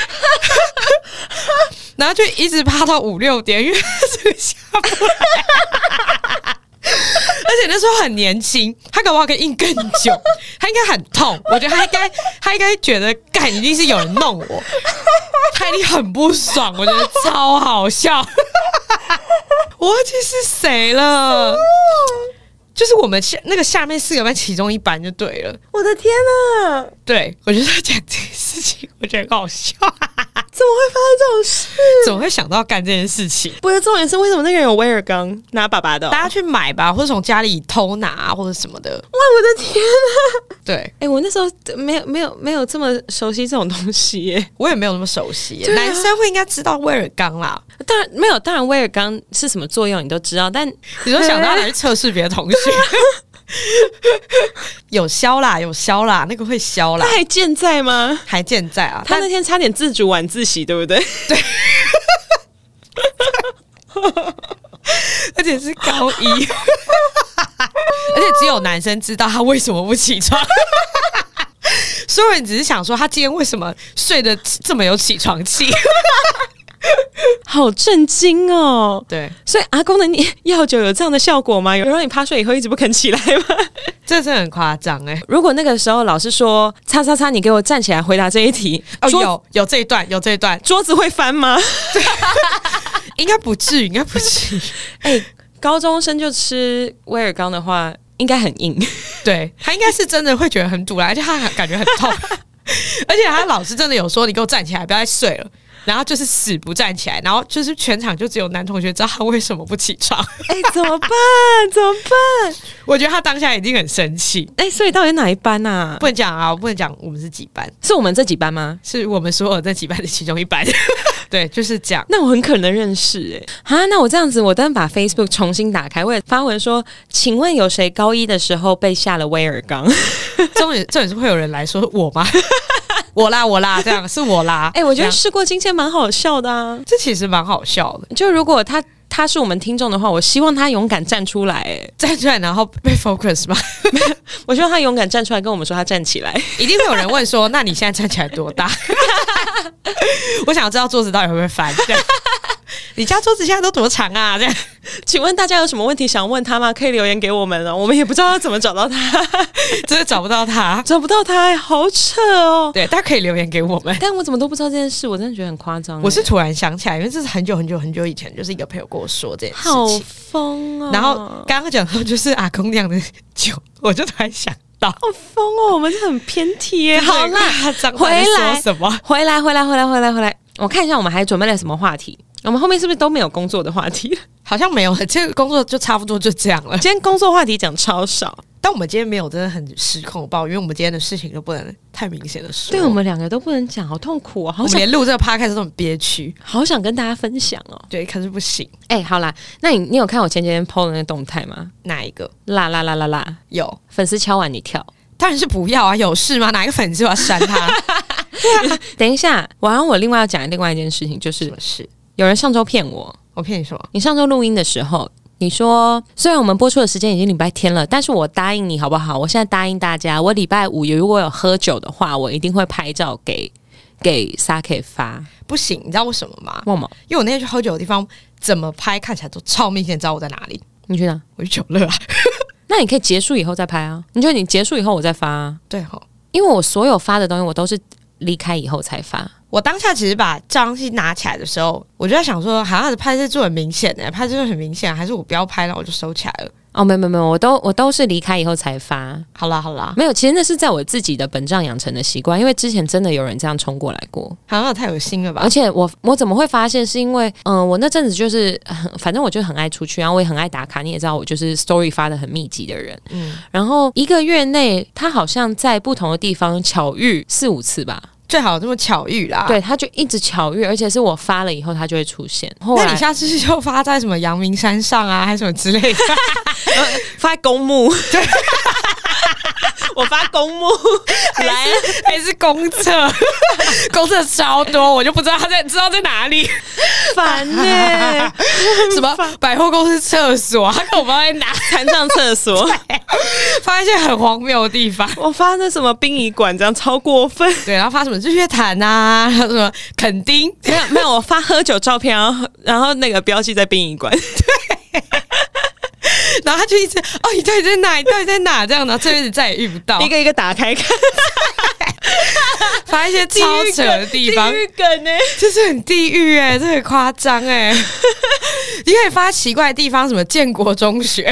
然后就一直趴到五六点，因为他这个下不来。而且那时候很年轻，他搞不好可以硬更久，他应该很痛。我觉得他应该，他应该觉得干一定是有人弄我，他一定很不爽。我觉得超好笑，我忘记是谁了，就是我们下那个下面四个班其中一班就对了。 我的天啊！ 对，我就在讲这件事情，我觉得很好笑。 怎么会发生这种事？ 怎么会想到干这件事情？ 不是重点是为什么那个人有威尔刚拿爸爸的、哦？ 大家去买吧，或者从家里偷拿、啊、或者什么的。 哇，我的天啊！ 对， 哎、欸，我那时候没有没有没有这么熟悉这种东西耶， 我也没有那么熟悉、啊。男生会应该知道威尔刚啦， 当然没有，当然威尔刚是什么作用你都知道，但你说想到拿去测试别的同学。有消啦，有消啦，那个会消啦。 他还健在吗？ 还健在啊！ 他那天差点自主晚自习，对不对？ 对，而且是高一，而且只有男生知道他为什么不起床。所有人只是想说他今天为什么睡得这么有起床气。 好震惊哦！ 对， 所以阿公的药酒有这样的效果吗？有让你趴睡以后一直不肯起来吗？ 这真的很夸张哎！ 如果那个时候老师说“叉叉叉”，你给我站起来回答这一题， 哦，有有这一段，有这一段， 桌子会翻吗？ 应该不至于，应该不至于。 哎、欸，高中生就吃威尔刚的话，应该很硬。 对，他应该是真的会觉得很堵啦，而且他感觉很痛，而且他老师真的有说：“你给我站起来，不要再睡了。”然后就是死不站起来，然后就是全场就只有男同学知道他为什么不起床。 哎、欸，怎么办？怎么办？ 我觉得他当下一定很生气。 哎、欸，所以到底哪一班啊？ 不能讲啊，我不能讲我们是几班， 是我们这几班吗？ 是我们所有这几班的其中一班。对，就是这样。 那我很可能认识哎、欸。啊，那我这样子，我等把 Facebook 重新打开，我也发文说，请问有谁高一的时候被下了威尔刚？ 重点重点是会有人来说我吗？我啦我啦，这样是我啦。 哎、欸，我觉得事过境迁蛮好笑的啊， 这其实蛮好笑的。 就如果他他是我们听众的话，我希望他勇敢站出来、欸， 站出来然后被 focus 吗？ 我希望他勇敢站出来跟我们说他站起来。 一定会有人问说，那你现在站起来多大？我想要知道桌子到底会不会翻。你家桌子现在都多长啊？这样， 请问大家有什么问题想问他吗？可以留言给我们哦，我们也不知道要怎么找到他， 真的找不到他， 找不到他，好扯哦。 对，大家可以留言给我们， 但我怎么都不知道这件事，我真的觉得很夸张。 我是突然想起来，因为这是很久很久很久以前，就是一个朋友跟我说这件事情， 好疯哦。 然后刚刚讲到就是阿公酿的酒，我就突然想到， 好疯哦，我们是很偏题耶。好啦， 回来什么？ 回来，回来，回来，回来，回来。我看一下，我们还准备了什么话题？我们后面是不是都没有工作的话题？ 好像没有，这个工作就差不多就这样了。 今天工作话题讲超少， 但我们今天没有真的很失控爆，因为我们今天的事情都不能太明显的说。 对，我们两个都不能讲，好痛苦哦！好想我们连录这个 podcast 都很憋屈， 好想跟大家分享哦。 对，可是不行。 哎、欸，好啦，那你你有看我前几天 po 的那个动态吗？ 哪一个？ 啦啦啦啦啦， 有粉丝敲完你跳。 当然是不要啊！有事吗？哪一个粉丝我要删他？对啊， 等一下，我然后我另外要讲另外一件事情，就是什么事？ 有人上周骗我， 我骗你什么？ 你上周录音的时候，你说虽然我们播出的时间已经礼拜天了，但是我答应你好不好？我现在答应大家，我礼拜五如果有喝酒的话，我一定会拍照给给 Saki 发。 不行，你知道为什么吗？ 为什么？ 因为我那天去喝酒的地方，怎么拍看起来都超明显知道我在哪里。 你去哪？ 我去酒乐啊。 那你可以结束以后再拍啊。你觉得你结束以后我再发啊？ 对齁， 因为我所有发的东西我都是离开以后才发？ 我当下其实把照相机拿起来的时候，我就在想说，好像拍摄做很明显的，拍摄很明显，还是我不要拍，然后我就收起来了。 哦，没有没有没有，我都我都是离开以后才发。 好啦好啦， 没有，其实那是在我自己的本账养成的习惯，因为之前真的有人这样冲过来过， 好像太有心了吧。 而且我我怎么会发现？是因为嗯、呃，我那阵子就是反正我就很爱出去，然后我也很爱打卡，你也知道我就是 story 发的很密集的人，嗯，然后一个月内他好像在不同的地方巧遇四五次吧。 最好这么巧遇啦， 对，他就一直巧遇，而且是我发了以后，他就会出现。后来那你下次就发在什么阳明山上啊，还是什么之类的， 发在公墓，对，我发公墓来， 还是公厕，公厕超多，我就不知道他在知道在哪里， 烦呢、欸。 什么百货公司厕所，他根本不知道在哪， 残障厕所， 发一些很荒谬的地方。 我发那什么殡仪馆，这样超过分。 对，然后发什么日月潭啊，还有什么垦丁， 没有没有，我发喝酒照片，然后然后那个标记在殡仪馆，对。 然后他就一直哦，你到底在哪？你到底在哪？这样，然后这辈子再也遇不到， 一个一个打开看， 发一些超扯的地方， 地狱梗哎， 这是很地狱哎、欸，这很夸张哎。你可以发奇怪的地方，什么建国中学，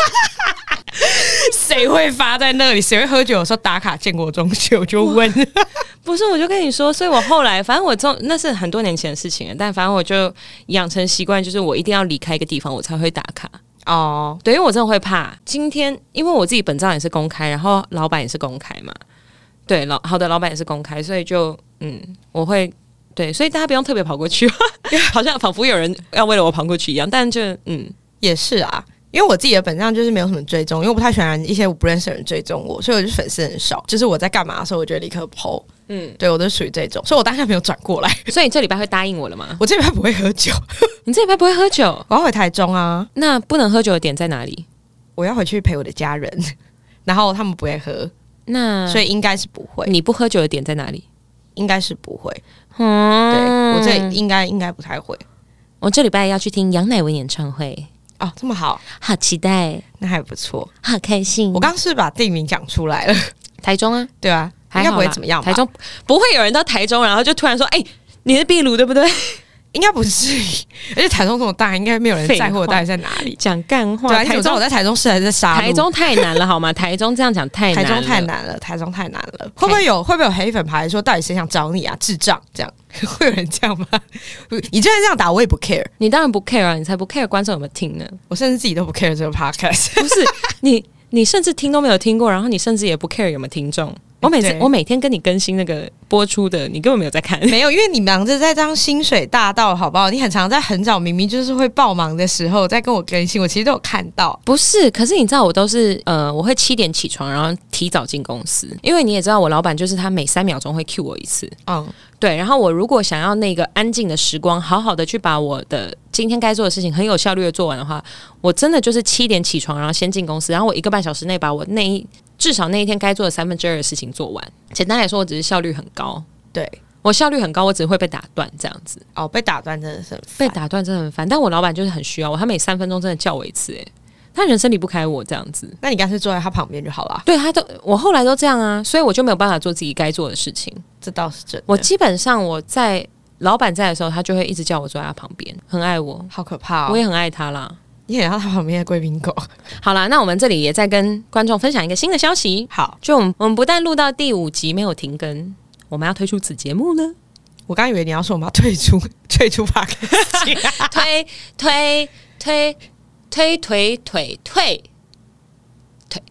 谁会发在那里？谁会喝酒的时候打卡建国中学？我就问， 不是，我就跟你说，所以我后来反正我这那是很多年前的事情了，但反正我就养成习惯，就是我一定要离开一个地方，我才会打卡。哦，对，因为我真的会怕今天，因为我自己本账也是公开，然后老板也是公开嘛，对，老好的老板也是公开，所以就嗯，我会对，所以大家不用特别跑过去，好像仿佛有人要为了我跑过去一样，但就嗯， 也是啊。因为我自己的本上就是没有什么追踪，因为我不太喜欢一些我不认识的人追踪我，所以我就粉丝很少。就是我在干嘛的时候，我就立刻 po。嗯，对我都属于这种，所以我当下没有转过来。 所以你这礼拜会答应我了吗？ 我这礼拜不会喝酒。 你这礼拜不会喝酒？ 我要回台中啊。 那不能喝酒的点在哪里？ 我要回去陪我的家人，然后他们不会喝， 那所以应该是不会。 你不喝酒的点在哪里？ 应该是不会。嗯，对我这应该应该不太会。 我这礼拜要去听杨乃文演唱会。 哦，这么好， 好期待， 那还不错， 好开心。 我刚是把地名讲出来了， 台中啊， 对啊，应该不会怎么样吧。 台中不会有人到台中，然后就突然说：“哎、欸，你是壁炉对不对？” 应该不至于，而且台中这么大，应该没有人在乎我到底在哪里。 讲干话， 对啊，你怎么知道我在台中是还是在沙鹿？ 台中太难了好吗？台中这样讲太难了， 台中太难了，台中太难了。会不会有会不会有黑粉牌说，到底谁想找你啊？智障这样。会有人这样吗？你就算这样打，我也不 care。 你当然不 care 啊，你才不 care 观众有没有听呢？ 我甚至自己都不 care 这个 podcast。 不是你，你甚至听都没有听过，然后你甚至也不 care 有没有听众。我每次我每天跟你更新那个播出的，你根本没有在看。 没有，因为你忙着在当薪水大盗，好不好？你很常在很早明明就是会爆忙的时候在跟我更新，我其实都有看到。 不是，可是你知道我都是呃，我会七点起床，然后提早进公司，因为你也知道我老板就是他每三秒钟会 cue 我一次。嗯。对，然后我如果想要那个安静的时光，好好的去把我的今天该做的事情很有效率的做完的话，我真的就是七点起床，然后先进公司，然后我一个半小时内把我那一至少那一天该做的三分之二的事情做完。简单来说，我只是效率很高。 对， 我效率很高，我只会被打断这样子。 哦，被打断真的是很烦， 被打断真的很烦。但我老板就是很需要我，他每三分钟真的叫我一次、欸，他人生离不开我这样子。 那你干脆坐在他旁边就好了。 对，他都我后来都这样啊，所以我就没有办法做自己该做的事情。 这倒是真的。 我基本上我在老板在的时候，他就会一直叫我坐在他旁边，很爱我， 好可怕哦！ 我也很爱他啦。 你也要他旁边的贵宾狗。 好啦，那我们这里也在跟观众分享一个新的消息。 好， 就我们我们不但录到第五集没有停更，我们要推出此节目了。 我刚以为你要说我们要退出退出 podcast 推推推推推推推推，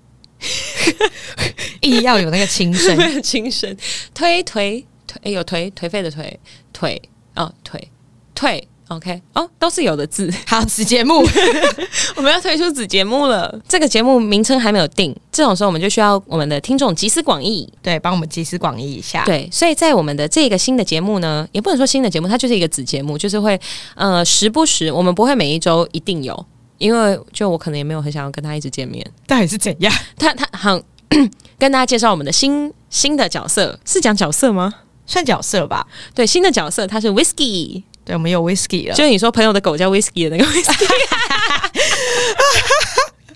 硬要有那个轻声， 轻声推推推，哎、欸，有颓颓废的颓腿哦，腿退 OK 哦，都是有的字。 好，子节目我们要推出子节目了。这个节目名称还没有定，这种时候我们就需要我们的听众集思广益， 对，帮我们集思广益一下。 对，所以在我们的这个新的节目呢，也不能说新的节目，它就是一个子节目，就是会呃时不时，我们不会每一周一定有，因为就我可能也没有很想要跟他一直见面。 到底是怎样？ 他他很跟大家介绍我们的新新的角色，是讲角色吗？ 算角色吧。 对，新的角色他是 Whisky。 对，我们有 whisky 了， 就是你说朋友的狗叫 whisky 的那个 whisky。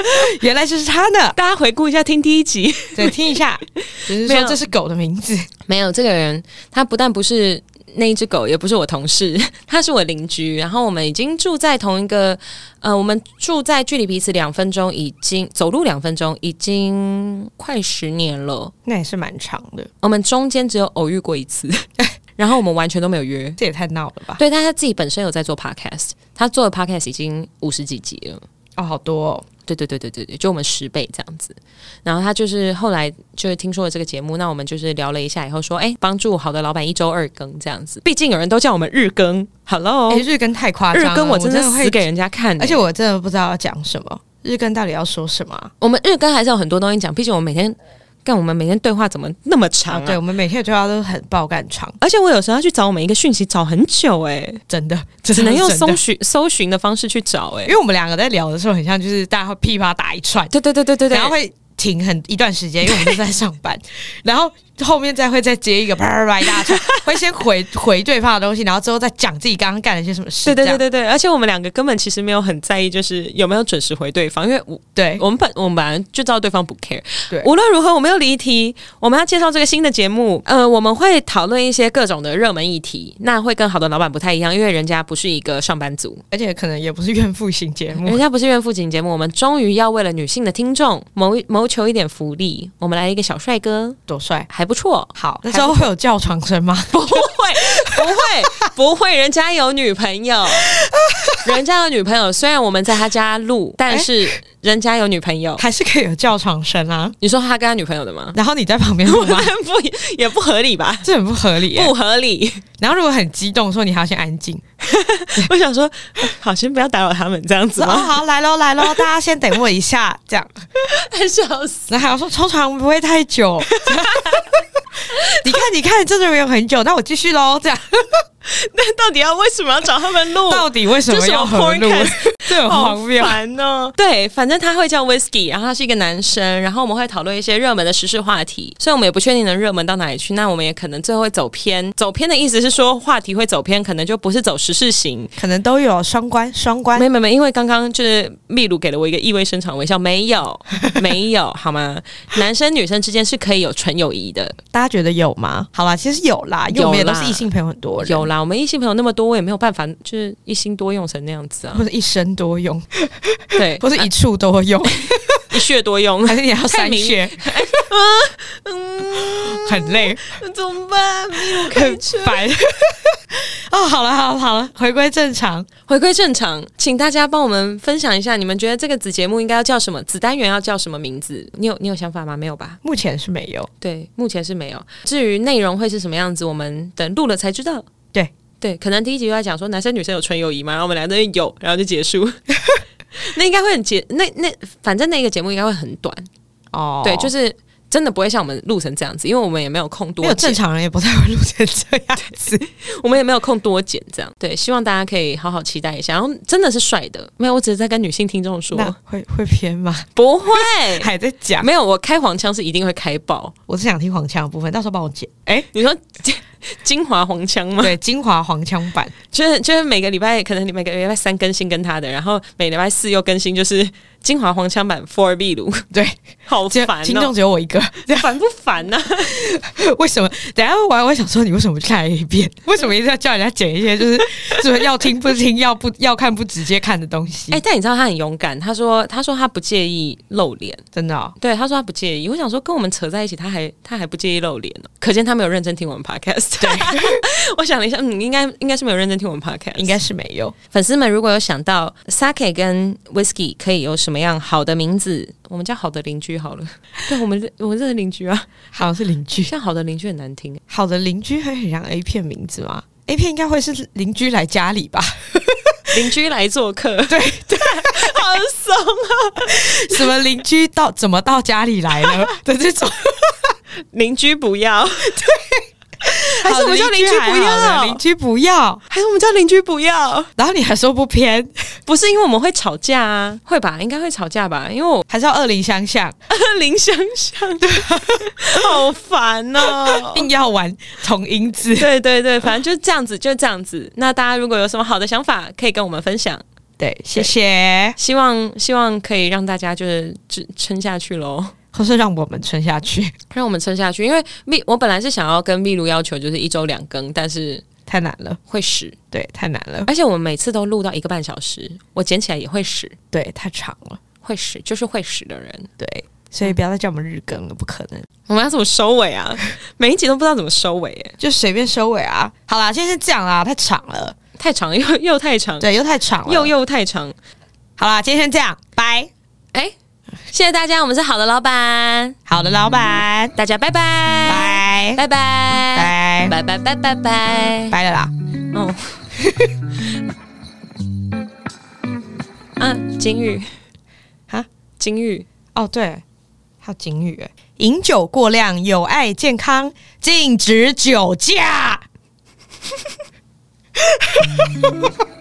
原来就是他呢！ 大家回顾一下，听第一集， 对，听一下，只是说这是狗的名字。 没有，这个人他不但不是那一只狗，也不是我同事，他是我邻居。然后我们已经住在同一个，呃，我们住在距离彼此两分钟，已经走路两分钟，已经快十年了。 那也是蛮长的。 我们中间只有偶遇过一次。然后我们完全都没有约， 这也太闹了吧？ 对，但他自己本身有在做 podcast， 他做的 podcast 已经五十几集了。 哦，好多哦。 对对对对对对，就我们十倍这样子。然后他就是后来就是听说了这个节目，那我们就是聊了一下以后说，哎，帮助好的老板一周二更这样子。毕竟有人都叫我们日更 ，Hello， 哎，日更太夸张了， 日更我真的死给人家看、欸， 而且我真的不知道要讲什么。日更到底要说什么、啊？ 我们日更还是有很多东西讲，毕竟我们每天。干我们每天对话怎么那么长啊？ 啊对，我们每天的对话都很爆干长， 而且我有时候要去找我们一个讯息，找很久哎、欸， 真的， 只能用搜寻搜寻的方式去找哎、欸， 因为我们两个在聊的时候，很像就是大家会噼啪打一串， 对对对对对对， 然后会停很一段时间，因为我们都在上班，然后后面再会再接一个啪啪啪一大串，会先回回对方的东西，然后之后再讲自己刚刚干了些什么事。 对对对对对，而且我们两个根本其实没有很在意，就是有没有准时回对方，因为我对我们本我们本来就知道对方不 care。 对， 无论如何我们又离题，我们要介绍这个新的节目，呃，我们会讨论一些各种的热门议题，那会跟好的老板不太一样，因为人家不是一个上班族， 而且可能也不是怨妇型节目， 人家不是怨妇型节目，我们终于要为了女性的听众谋谋求一点福利。我们来一个小帅哥， 多帅， 还不错。 好，那之后会有叫床声吗？ 不会，不会，不会。人家有女朋友，人家有女朋友。虽然我们在他家录，但是人家有女朋友， 还是可以有叫床声啊。 你说他跟他女朋友的吗？ 然后你在旁边录吗？ 不，也不合理吧？ 这很不合理、欸， 不合理。 然后如果很激动，说你还要先安静。 我想说，好，先不要打扰他们，这样子吗？ 哦，好，来喽，来喽，大家先等我一下，这样。 笑死！ 然后还要说抽床不会太久。你看，你看，真的没有很久，那我继续喽，这样。 那到底要为什么要找他们录？ 到底为什么要合录？这很荒谬， 好烦哦。对，反正他会叫 Whisky， 然后他是一个男生，然后我们会讨论一些热门的时事话题，所以我们也不确定能热门到哪里去。那我们也可能最后会走偏，走偏的意思是说话题会走偏，可能就不是走时事型， 可能都有双关，双关。 没没没，因为刚刚就是秘鲁给了我一个意味深长的微笑，没有没有，好吗？男生女生之间是可以有纯友谊的， 大家觉得有吗？好啦，其实有啦，因为我们也都是异性朋友很多人， 有啦。我们异性朋友那么多，我也没有办法，就是一心多用成那样子啊， 或者一生多用， 对， 或者一处多用， 一穴多用， 还是你要三穴？嗯，很累， 怎么办？秘鲁很烦。哦，好了，好了，好了，回归正常， 回归正常，请大家帮我们分享一下，你们觉得这个子节目应该要叫什么？子单元要叫什么名字？你有你有想法吗？没有吧？ 目前是没有， 对，目前是没有。至于内容会是什么样子，我们等录了才知道。 对对，可能第一集就在讲说男生女生有纯友谊吗？然后我们俩这边有，然后就结束。那应该会很结，那那反正那个节目应该会很短哦。 对，就是真的不会像我们录成这样子，因为我们也没有空多剪， 没有正常人也不太会录成这样子， 我们也没有空多剪这样。对，希望大家可以好好期待一下。然后真的是帅的，没有，我只是在跟女性听众说， 那会会偏吗？ 不会， 还在讲， 没有，我开黄腔是一定会开爆。 我是想听黄腔的部分，到时候帮我剪。 哎、欸，你说精华黄腔吗？ 对，精华黄腔版， 就是就是每个礼拜可能每个礼拜三更新跟他的，然后每礼拜四又更新，就是精华黄腔版 for 秘鲁。 对， 好烦、哦， 听众只有我一个， 烦不烦呢、啊？ 为什么？等一下我我想说，你为什么不看了一遍？为什么一定要叫人家剪一些就是就是要听不听，要不要看不直接看的东西？ 哎、欸，但你知道他很勇敢，他说他说他不介意露脸， 真的、哦？ 对，他说他不介意。我想说跟我们扯在一起，他还他还不介意露脸呢，可见他没有认真听我们 podcast。对，我想了一下，嗯，应该应该是没有认真听我们 podcast， 应该是没有。 粉丝们如果有想到 Sake 跟 Whisky 可以有什么样好的名字，我们叫好的邻居好了。对，我们我们这是邻居啊， 好像是邻居。 像好的邻居很难听， 好的邻居会很像 A 片名字吗 ？A 片应该会是邻居来家里吧？ 邻居来做客， 对对， 好怂啊！ 什么邻居到怎么到家里来了的这种， 邻居不要，对。还是我们叫邻居不要， 邻居不要， 还是我们叫邻居不要。 然后你还说不偏， 不是因为我们会吵架啊？会吧？应该会吵架吧？因为我还是要恶邻相向， 恶邻相向，对，好烦哦！ 硬要玩同音字， 对对对，反正就是这样子，就这样子。那大家如果有什么好的想法，可以跟我们分享。 对，谢谢， 希望希望可以让大家就是撑下去咯， 或是让我们撑下去， 让我们撑下去。因为秘我本来是想要跟秘鲁要求就是一周两更，但是太难了， 会死， 对，太难了。 而且我们每次都录到一个半小时，我剪起来也会死， 对，太长了， 会死就是会死的人， 对，所以不要再叫我们日更了，不可能。 我们要怎么收尾啊？每一集都不知道怎么收尾，哎， 就随便收尾啊。好啦，今天是这样啦，太长了， 太长又又太长， 对，又太长了， 又又太长。 好啦，今天先这样，拜。 哎，谢谢大家，我们是好的老板， 好的老板， 大家拜拜， 拜拜拜， 拜拜拜拜拜拜， 拜了啦。 哦，啊，金玉哈， 金玉哦，对，还有警语哎，饮酒过量有害健康，禁止酒驾。